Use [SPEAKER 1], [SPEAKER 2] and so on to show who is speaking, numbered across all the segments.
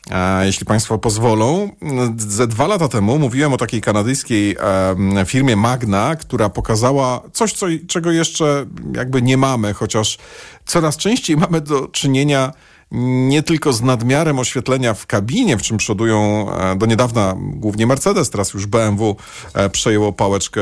[SPEAKER 1] jeśli państwo pozwolą. Ze 2 lata temu mówiłem o takiej kanadyjskiej firmie Magna, która pokazała coś, czego jeszcze jakby nie mamy, chociaż coraz częściej mamy do czynienia nie tylko z nadmiarem oświetlenia w kabinie, w czym przodują do niedawna głównie Mercedes, teraz już BMW przejęło pałeczkę.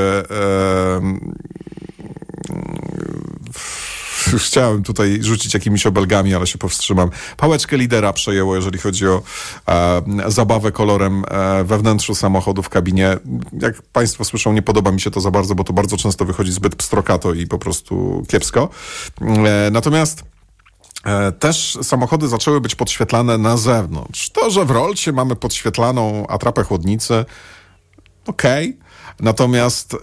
[SPEAKER 1] Chciałem tutaj rzucić jakimiś obelgami, ale się powstrzymam. Pałeczkę lidera przejęło, jeżeli chodzi o zabawę kolorem we wnętrzu samochodu w kabinie. Jak państwo słyszą, nie podoba mi się to za bardzo, bo to bardzo często wychodzi zbyt pstrokato i po prostu kiepsko. Natomiast też samochody zaczęły być podświetlane na zewnątrz. To, że w Rollsie mamy podświetlaną atrapę chłodnicy, okej. Natomiast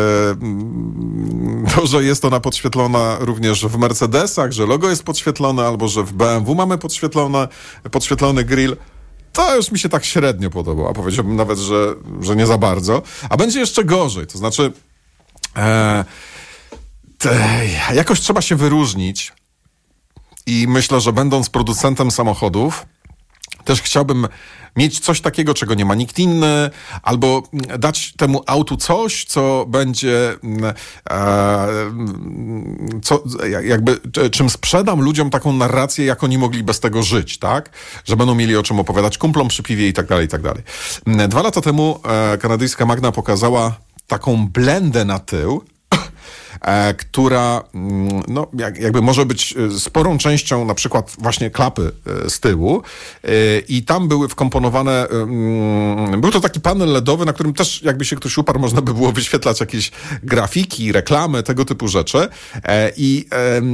[SPEAKER 1] to, że jest ona podświetlona również w Mercedesach, że logo jest podświetlone, albo że w BMW mamy podświetlony grill, to już mi się tak średnio podobało, a powiedziałbym nawet, że nie za bardzo. A będzie jeszcze gorzej, to znaczy jakoś trzeba się wyróżnić i myślę, że będąc producentem samochodów, też chciałbym mieć coś takiego, czego nie ma nikt inny, albo dać temu autu coś, co będzie czym sprzedam ludziom taką narrację, jak oni mogli bez tego żyć, tak? Że będą mieli o czym opowiadać kumplom przy piwie i tak dalej, i tak dalej. 2 lata temu kanadyjska Magna pokazała taką blendę na tył, która no, jakby może być sporą częścią na przykład właśnie klapy z tyłu i tam były wkomponowane, był to taki panel LEDowy, na którym też jakby się ktoś uparł, można by było wyświetlać jakieś grafiki, reklamy, tego typu rzeczy i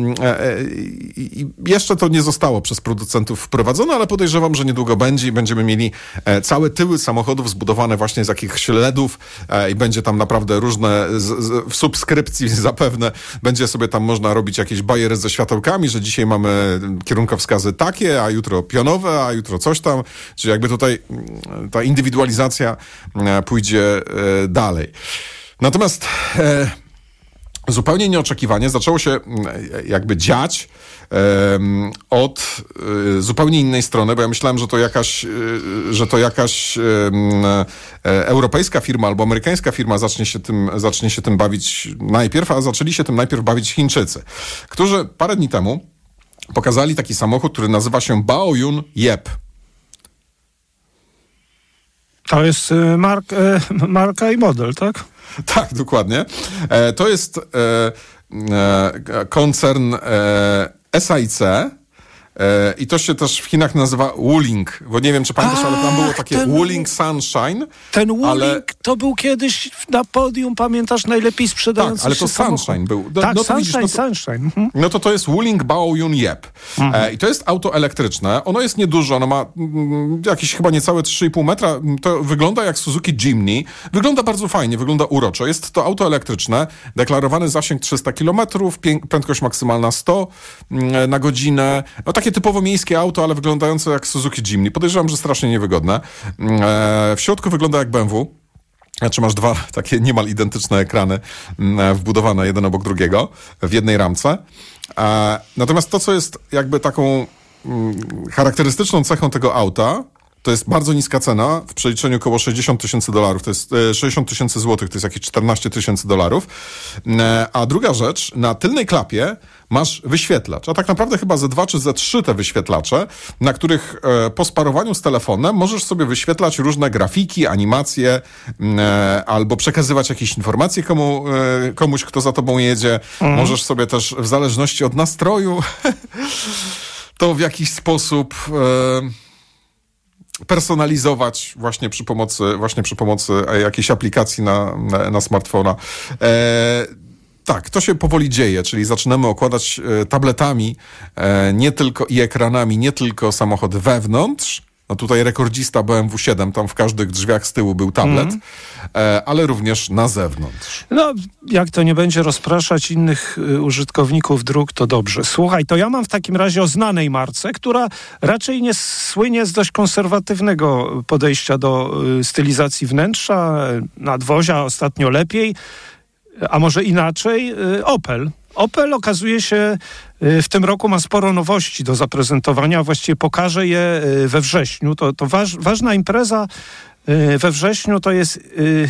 [SPEAKER 1] jeszcze to nie zostało przez producentów wprowadzone, ale podejrzewam, że niedługo będzie i będziemy mieli całe tyły samochodów zbudowane właśnie z jakichś LEDów i będzie tam naprawdę różne w subskrypcji zapewne będzie sobie tam można robić jakieś bajery ze światełkami, że dzisiaj mamy kierunkowskazy takie, a jutro pionowe, a jutro coś tam. Czyli jakby tutaj ta indywidualizacja pójdzie dalej. Natomiast zupełnie nieoczekiwanie zaczęło się jakby dziać od zupełnie innej strony, bo ja myślałem, że to jakaś europejska firma albo amerykańska firma zacznie się tym bawić najpierw, a zaczęli się tym najpierw bawić Chińczycy, którzy parę dni temu pokazali taki samochód, który nazywa się Baoyun Yep.
[SPEAKER 2] To jest marka i model, tak?
[SPEAKER 1] Tak, dokładnie. To jest koncern SAIC i to się też w Chinach nazywa Wuling, bo nie wiem, czy pamiętasz, ale tam było takie Wuling Sunshine.
[SPEAKER 2] Ten Wuling to był kiedyś na podium, pamiętasz, najlepiej sprzedający
[SPEAKER 1] tak, ale to
[SPEAKER 2] samochód.
[SPEAKER 1] Sunshine był.
[SPEAKER 2] Tak, no Sunshine. Mhm.
[SPEAKER 1] No to jest Wuling Baoyun Yep. I to jest auto elektryczne. Ono jest nieduże, ono ma jakieś chyba niecałe 3,5 metra. To wygląda jak Suzuki Jimny. Wygląda bardzo fajnie, wygląda uroczo. Jest to auto elektryczne, deklarowany zasięg 300 km, prędkość maksymalna 100 na godzinę. No takie typowo miejskie auto, ale wyglądające jak Suzuki Jimny. Podejrzewam, że strasznie niewygodne. W środku wygląda jak BMW. Znaczy masz 2 takie niemal identyczne ekrany wbudowane jeden obok drugiego w jednej ramce. Natomiast to, co jest jakby taką charakterystyczną cechą tego auta, to jest bardzo niska cena, w przeliczeniu około $60,000, to jest 60 tysięcy złotych, to jest jakieś $14,000. A druga rzecz, na tylnej klapie masz wyświetlacz, a tak naprawdę chyba ze 2 czy ze 3 te wyświetlacze, na których po sparowaniu z telefonem możesz sobie wyświetlać różne grafiki, animacje, albo przekazywać jakieś informacje komuś, kto za tobą jedzie. Możesz sobie też w zależności od nastroju to w jakiś sposób personalizować właśnie przy pomocy jakiejś aplikacji na smartfona. Tak, to się powoli dzieje, czyli zaczynamy okładać tabletami nie tylko i ekranami, nie tylko samochód wewnątrz. No tutaj rekordzista BMW 7, tam w każdych drzwiach z tyłu był tablet, ale również na zewnątrz.
[SPEAKER 2] No, jak to nie będzie rozpraszać innych użytkowników dróg, to dobrze. Słuchaj, to ja mam w takim razie o znanej marce, która raczej nie słynie z dość konserwatywnego podejścia do stylizacji wnętrza, nadwozia ostatnio lepiej, a może inaczej, Opel. Opel okazuje się w tym roku ma sporo nowości do zaprezentowania. Właściwie pokażę je we wrześniu. To ważna impreza we wrześniu to jest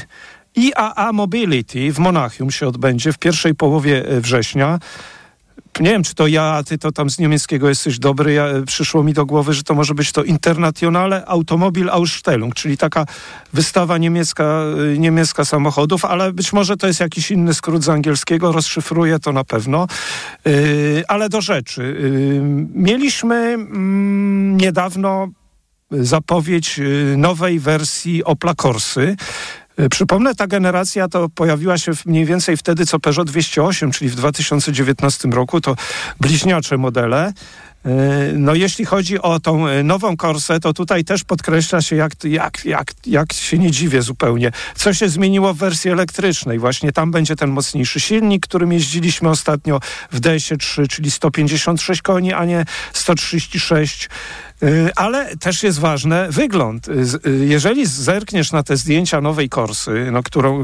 [SPEAKER 2] IAA Mobility w Monachium się odbędzie w pierwszej połowie września. Nie wiem, czy to ja, ty to tam z niemieckiego jesteś dobry. Przyszło mi do głowy, że to może być to Internationale Automobilausstellung, czyli taka wystawa niemiecka samochodów, ale być może to jest jakiś inny skrót z angielskiego, rozszyfruję to na pewno. Ale do rzeczy. Mieliśmy niedawno zapowiedź nowej wersji Opla Corsy. Przypomnę, ta generacja to pojawiła się mniej więcej wtedy, co Peugeot 208, czyli w 2019 roku. To bliźniacze modele. No jeśli chodzi o tą nową Corsę, to tutaj też podkreśla się, jak się nie dziwię zupełnie, co się zmieniło w wersji elektrycznej. Właśnie tam będzie ten mocniejszy silnik, którym jeździliśmy ostatnio w DS-ie 3, czyli 156 koni, a nie 136. Ale też jest ważne wygląd. Jeżeli zerkniesz na te zdjęcia nowej Corsy, no,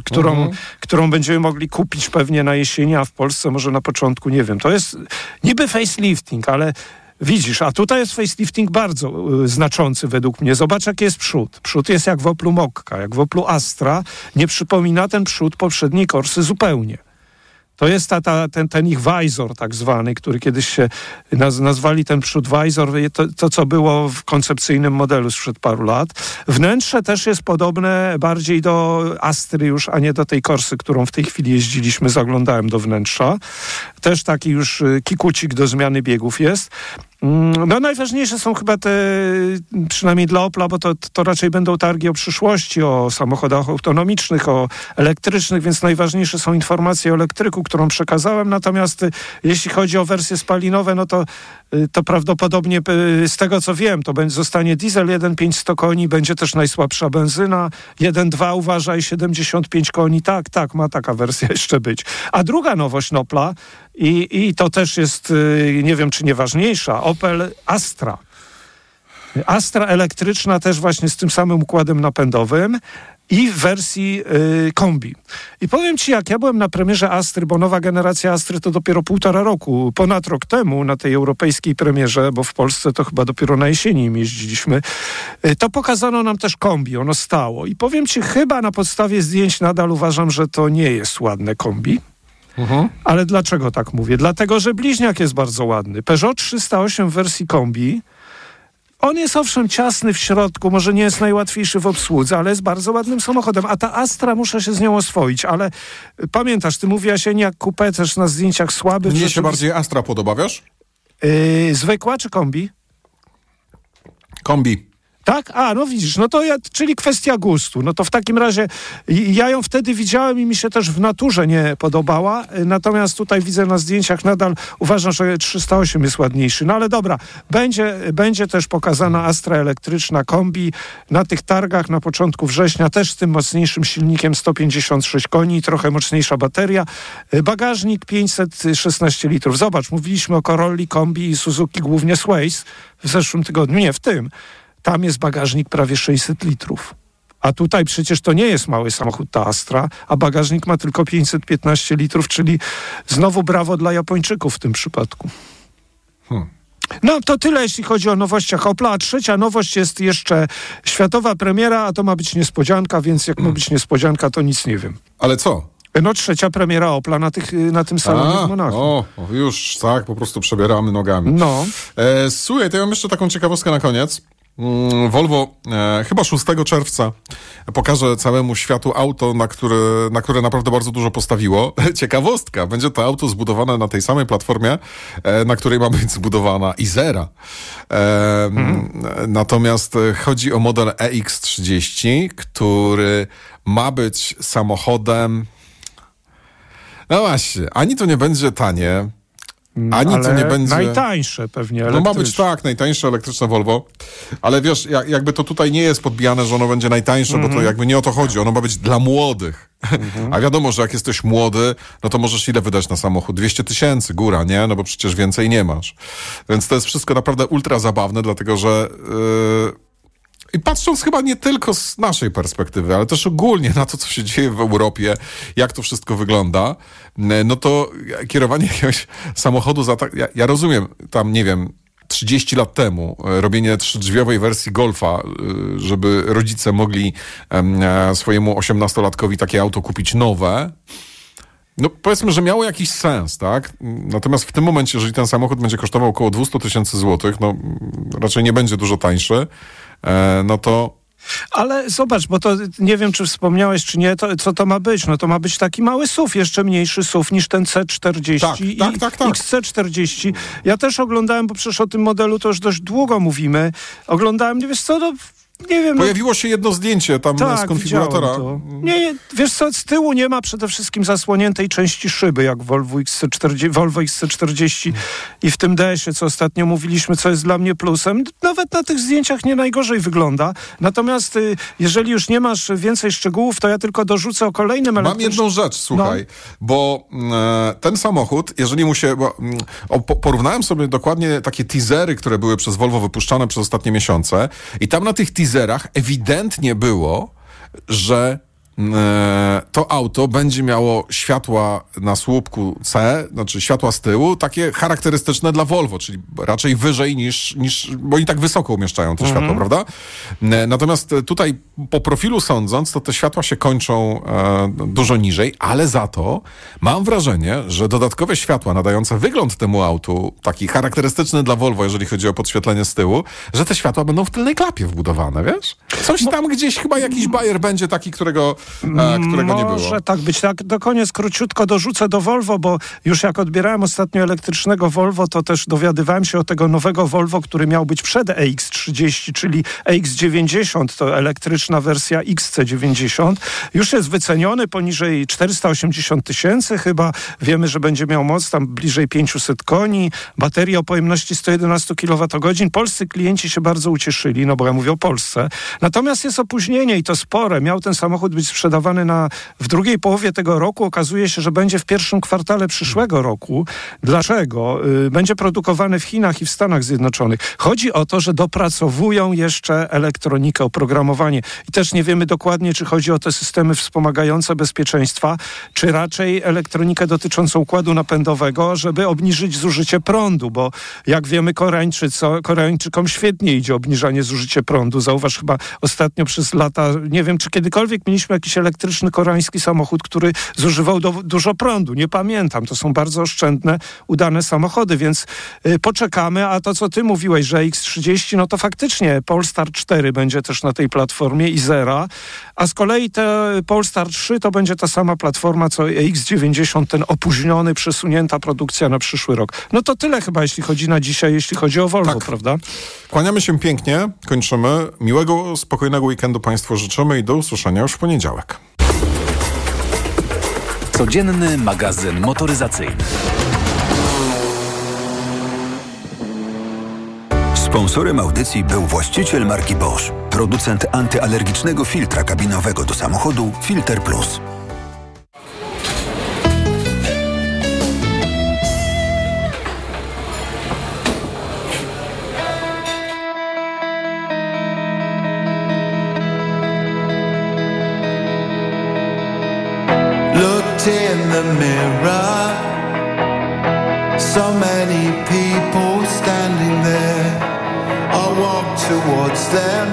[SPEAKER 2] którą będziemy mogli kupić pewnie na jesieni, a w Polsce może na początku, nie wiem, to jest niby facelifting, ale widzisz, a tutaj jest facelifting bardzo znaczący według mnie. Zobacz, jaki jest przód. Przód jest jak w Oplu Mokka, jak w Oplu Astra. Nie przypomina ten przód poprzedniej Corsy zupełnie. To jest ten ich visor tak zwany, który kiedyś się nazwali ten przód visor, to co było w koncepcyjnym modelu sprzed paru lat. Wnętrze też jest podobne bardziej do Astry już, a nie do tej Corsy, którą w tej chwili jeździliśmy. Zaglądałem do wnętrza. Też taki już kikucik do zmiany biegów jest. No najważniejsze są chyba te, przynajmniej dla Opla, bo to raczej będą targi o przyszłości, o samochodach autonomicznych, o elektrycznych, więc najważniejsze są informacje o elektryku, którą przekazałem. Natomiast jeśli chodzi o wersje spalinowe, no to prawdopodobnie z tego co wiem, to zostanie diesel 1.5 100 koni, będzie też najsłabsza benzyna, 1.2 uważaj 75 koni, tak, ma taka wersja jeszcze być. A druga nowość Opla i to też jest, nie wiem czy nie ważniejsza, Opel Astra. Astra elektryczna też właśnie z tym samym układem napędowym i w wersji kombi. I powiem ci, jak ja byłem na premierze Astry, bo nowa generacja Astry to dopiero 1,5 roku, ponad rok temu na tej europejskiej premierze, bo w Polsce to chyba dopiero na jesieni im jeździliśmy, to pokazano nam też kombi, ono stało. I powiem ci, chyba na podstawie zdjęć nadal uważam, że to nie jest ładne kombi. Ale dlaczego tak mówię? Dlatego, że bliźniak jest bardzo ładny. Peugeot 308 w wersji kombi, on jest owszem ciasny w środku, może nie jest najłatwiejszy w obsłudze, ale jest bardzo ładnym samochodem. A ta Astra, muszę się z nią oswoić, ale pamiętasz, ty mówiłaś jak coupé też na zdjęciach słaby.
[SPEAKER 1] Mnie się bardziej Astra podoba, wiesz?
[SPEAKER 2] Zwykła czy kombi?
[SPEAKER 1] Kombi.
[SPEAKER 2] Tak? A, no widzisz, no to czyli kwestia gustu. No to w takim razie ja ją wtedy widziałem i mi się też w naturze nie podobała, natomiast tutaj widzę na zdjęciach nadal uważam, że 308 jest ładniejszy. No ale dobra, będzie też pokazana Astra elektryczna kombi na tych targach na początku września, też z tym mocniejszym silnikiem 156 koni, trochę mocniejsza bateria. Bagażnik 516 litrów. Zobacz, mówiliśmy o Corolli, kombi i Suzuki głównie Sways w zeszłym tygodniu, nie w tym. Tam jest bagażnik prawie 600 litrów. A tutaj przecież to nie jest mały samochód, ta Astra, a bagażnik ma tylko 515 litrów, czyli znowu brawo dla Japończyków w tym przypadku. No to tyle, jeśli chodzi o nowościach Opla. A trzecia nowość jest jeszcze światowa premiera, a to ma być niespodzianka, więc jak ma być niespodzianka, to nic nie wiem.
[SPEAKER 1] Ale co?
[SPEAKER 2] No trzecia premiera Opla na tym salonie w Monachium.
[SPEAKER 1] Już tak, po prostu przebieramy nogami.
[SPEAKER 2] No.
[SPEAKER 1] Słuchaj, to ja mam jeszcze taką ciekawostkę na koniec. Volvo chyba 6 czerwca pokaże całemu światu auto, na które naprawdę bardzo dużo postawiło. Ciekawostka, będzie to auto zbudowane na tej samej platformie, na której ma być zbudowana Izera. Natomiast chodzi o model EX30, który ma być samochodem, no właśnie, ani to nie będzie tanie, ani
[SPEAKER 2] ale
[SPEAKER 1] to nie będzie
[SPEAKER 2] najtańsze pewnie elektryczne.
[SPEAKER 1] No ma być tak, najtańsze elektryczne Volvo, ale wiesz, jakby to tutaj nie jest podbijane, że ono będzie najtańsze, bo to jakby nie o to chodzi, ono ma być dla młodych. A wiadomo, że jak jesteś młody, no to możesz ile wydać na samochód? 200 000 góra, nie? No bo przecież więcej nie masz. Więc to jest wszystko naprawdę ultra zabawne, dlatego że I patrząc chyba nie tylko z naszej perspektywy, ale też ogólnie na to, co się dzieje w Europie, jak to wszystko wygląda, no to kierowanie jakiegoś samochodu ja rozumiem, tam nie wiem, 30 lat temu robienie 3-drzwiowej wersji Golfa, żeby rodzice mogli swojemu 18-latkowi takie auto kupić nowe, no powiedzmy, że miało jakiś sens, tak? Natomiast w tym momencie, jeżeli ten samochód będzie kosztował około 200 000 złotych, no raczej nie będzie dużo tańszy, no to...
[SPEAKER 2] Ale zobacz, bo to nie wiem, czy wspomniałeś, czy nie, to, co to ma być? No to ma być taki mały SUV, jeszcze mniejszy SUV niż ten C40
[SPEAKER 1] tak.
[SPEAKER 2] XC40. Ja też oglądałem, bo przecież o tym modelu to już dość długo mówimy. Oglądałem, wiesz co, no... Nie wiem,
[SPEAKER 1] pojawiło się jedno zdjęcie tam z konfiguratora.
[SPEAKER 2] Nie, wiesz co, z tyłu nie ma przede wszystkim zasłoniętej części szyby, jak Volvo XC40 i w tym DS-ie, co ostatnio mówiliśmy, co jest dla mnie plusem. Nawet na tych zdjęciach nie najgorzej wygląda. Natomiast jeżeli już nie masz więcej szczegółów, to ja tylko dorzucę o kolejnym
[SPEAKER 1] Mam jedną rzecz, słuchaj, bo ten samochód, jeżeli mu się... porównałem sobie dokładnie takie teasery, które były przez Volvo wypuszczane przez ostatnie miesiące i tam na tych teaserach ewidentnie było, że to auto będzie miało światła na słupku C, znaczy światła z tyłu, takie charakterystyczne dla Volvo, czyli raczej wyżej niż bo oni tak wysoko umieszczają te światła, prawda? Natomiast tutaj po profilu sądząc, to te światła się kończą dużo niżej, ale za to mam wrażenie, że dodatkowe światła nadające wygląd temu autu, taki charakterystyczny dla Volvo, jeżeli chodzi o podświetlenie z tyłu, że te światła będą w tylnej klapie wbudowane, wiesz? Coś tam gdzieś chyba jakiś bajer będzie taki, którego nie było.
[SPEAKER 2] Może tak być. Tak, do koniec króciutko dorzucę do Volvo, bo już jak odbierałem ostatnio elektrycznego Volvo, to też dowiadywałem się o tego nowego Volvo, który miał być przed EX30, czyli EX90, to elektryczna wersja XC90. Już jest wyceniony poniżej 480 000 chyba. Wiemy, że będzie miał moc tam bliżej 500 koni, bateria o pojemności 111 kWh. Polscy klienci się bardzo ucieszyli, no bo ja mówię o Polsce. Natomiast jest opóźnienie i to spore. Miał ten samochód być sprzedawany w drugiej połowie tego roku. Okazuje się, że będzie w pierwszym kwartale przyszłego roku. Dlaczego? Będzie produkowany w Chinach i w Stanach Zjednoczonych. Chodzi o to, że dopracowują jeszcze elektronikę, oprogramowanie. I też nie wiemy dokładnie, czy chodzi o te systemy wspomagające bezpieczeństwa, czy raczej elektronikę dotyczącą układu napędowego, żeby obniżyć zużycie prądu, bo jak wiemy, Koreańczykom świetnie idzie obniżanie zużycia prądu. Zauważ, chyba ostatnio przez lata, nie wiem, czy kiedykolwiek mieliśmy jakiś elektryczny koreański samochód, który zużywał dużo prądu. Nie pamiętam. To są bardzo oszczędne, udane samochody, więc poczekamy. A to, co ty mówiłeś, że X30, no to faktycznie Polestar 4 będzie też na tej platformie i Zera, a z kolei te Polestar 3 to będzie ta sama platforma, co X90, ten opóźniony, przesunięta produkcja na przyszły rok. No to tyle chyba, jeśli chodzi na dzisiaj, jeśli chodzi o Volvo, prawda?
[SPEAKER 1] Kłaniamy się pięknie, kończymy. Miłego, spokojnego weekendu Państwu życzymy i do usłyszenia już w poniedziałek.
[SPEAKER 3] Codzienny magazyn motoryzacyjny.
[SPEAKER 4] Sponsorem audycji był właściciel marki Bosch, producent antyalergicznego filtra kabinowego do samochodu Filter Plus.
[SPEAKER 5] In the mirror, so many people standing there. I walk towards them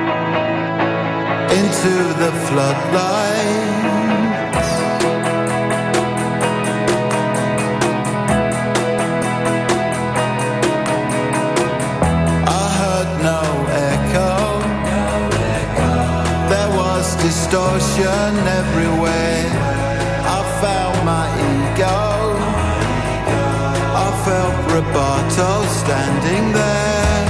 [SPEAKER 5] into the floodlights. I heard no echo. There was distortion everywhere. Found my ego. I felt Roberto standing there.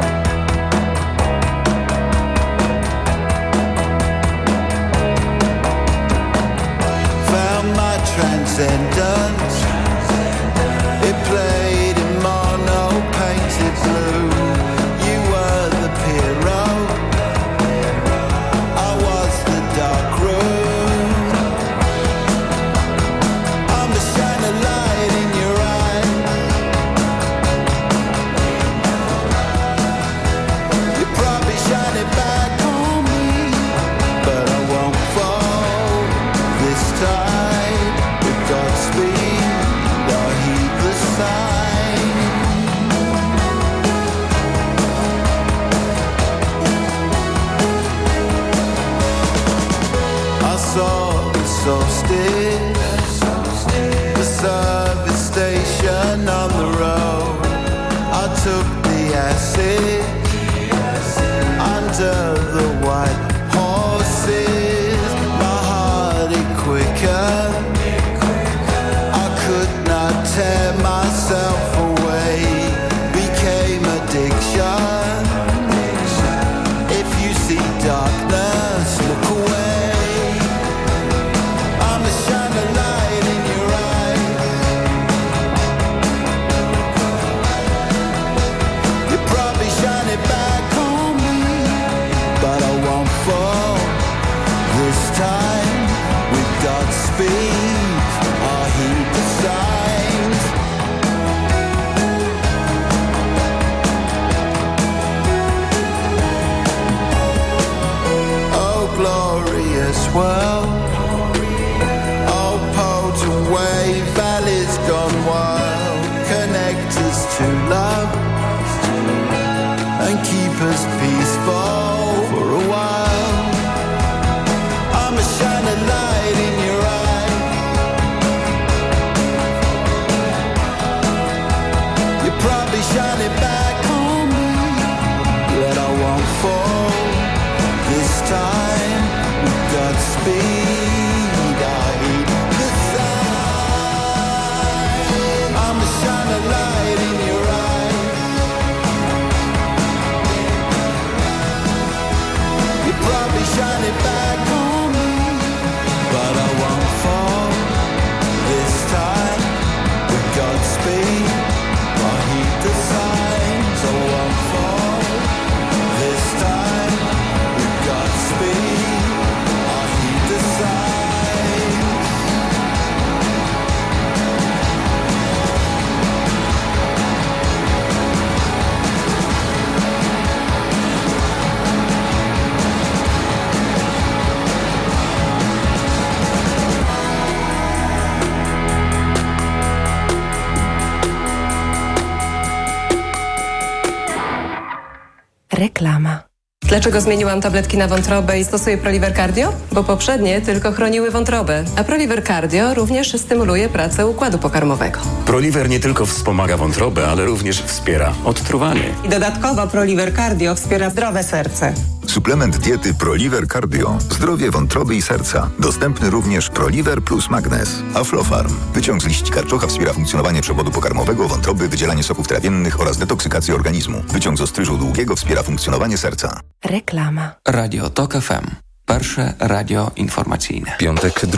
[SPEAKER 5] Found my transcendence. It played in mono painted blue. You were the hero. I was the dark room. Shine it back. exhausted. The service station on the road, I took the acid under the white horses. My heart it quicker, I could not tear myself away. Became addiction. If you see darkness, look away. I'ma shine a light in your eyes. You probably shine it back on me, but I won't fall this time. With Godspeed, I heed the signs. Oh, glorious world. Oh, potent wave, valleys gone wild. Connect us to love and keep us peaceful for a while. I'ma shine a light in your eye. You probably shine it back on me, but I won't fall this time. With Godspeed, I heed the sign. I'ma shine a light in your eye. You probably shine it back on me, but I won't fall this time. With Godspeed, I heed the signs. I won't fall this time. With Godspeed, I heed the signs.
[SPEAKER 6] Reklama. Dlaczego zmieniłam tabletki na wątrobę i stosuję Proliver Cardio? Bo poprzednie tylko chroniły wątrobę, a Proliver Cardio również stymuluje pracę układu pokarmowego.
[SPEAKER 7] Proliver nie tylko wspomaga wątrobę, ale również wspiera odtruwanie.
[SPEAKER 8] I dodatkowo Proliver Cardio wspiera zdrowe serce.
[SPEAKER 4] Suplement diety Proliver Cardio. Zdrowie wątroby i serca. Dostępny również Proliver plus Magnes. Aflofarm. Wyciąg z liści karczocha wspiera funkcjonowanie przewodu pokarmowego, wątroby, wydzielanie soków trawiennych oraz detoksykację organizmu. Wyciąg z ostryżu długiego wspiera funkcjonowanie serca.
[SPEAKER 6] Reklama.
[SPEAKER 9] Radio TOK FM. Pierwsze radio informacyjne.
[SPEAKER 3] Piątek,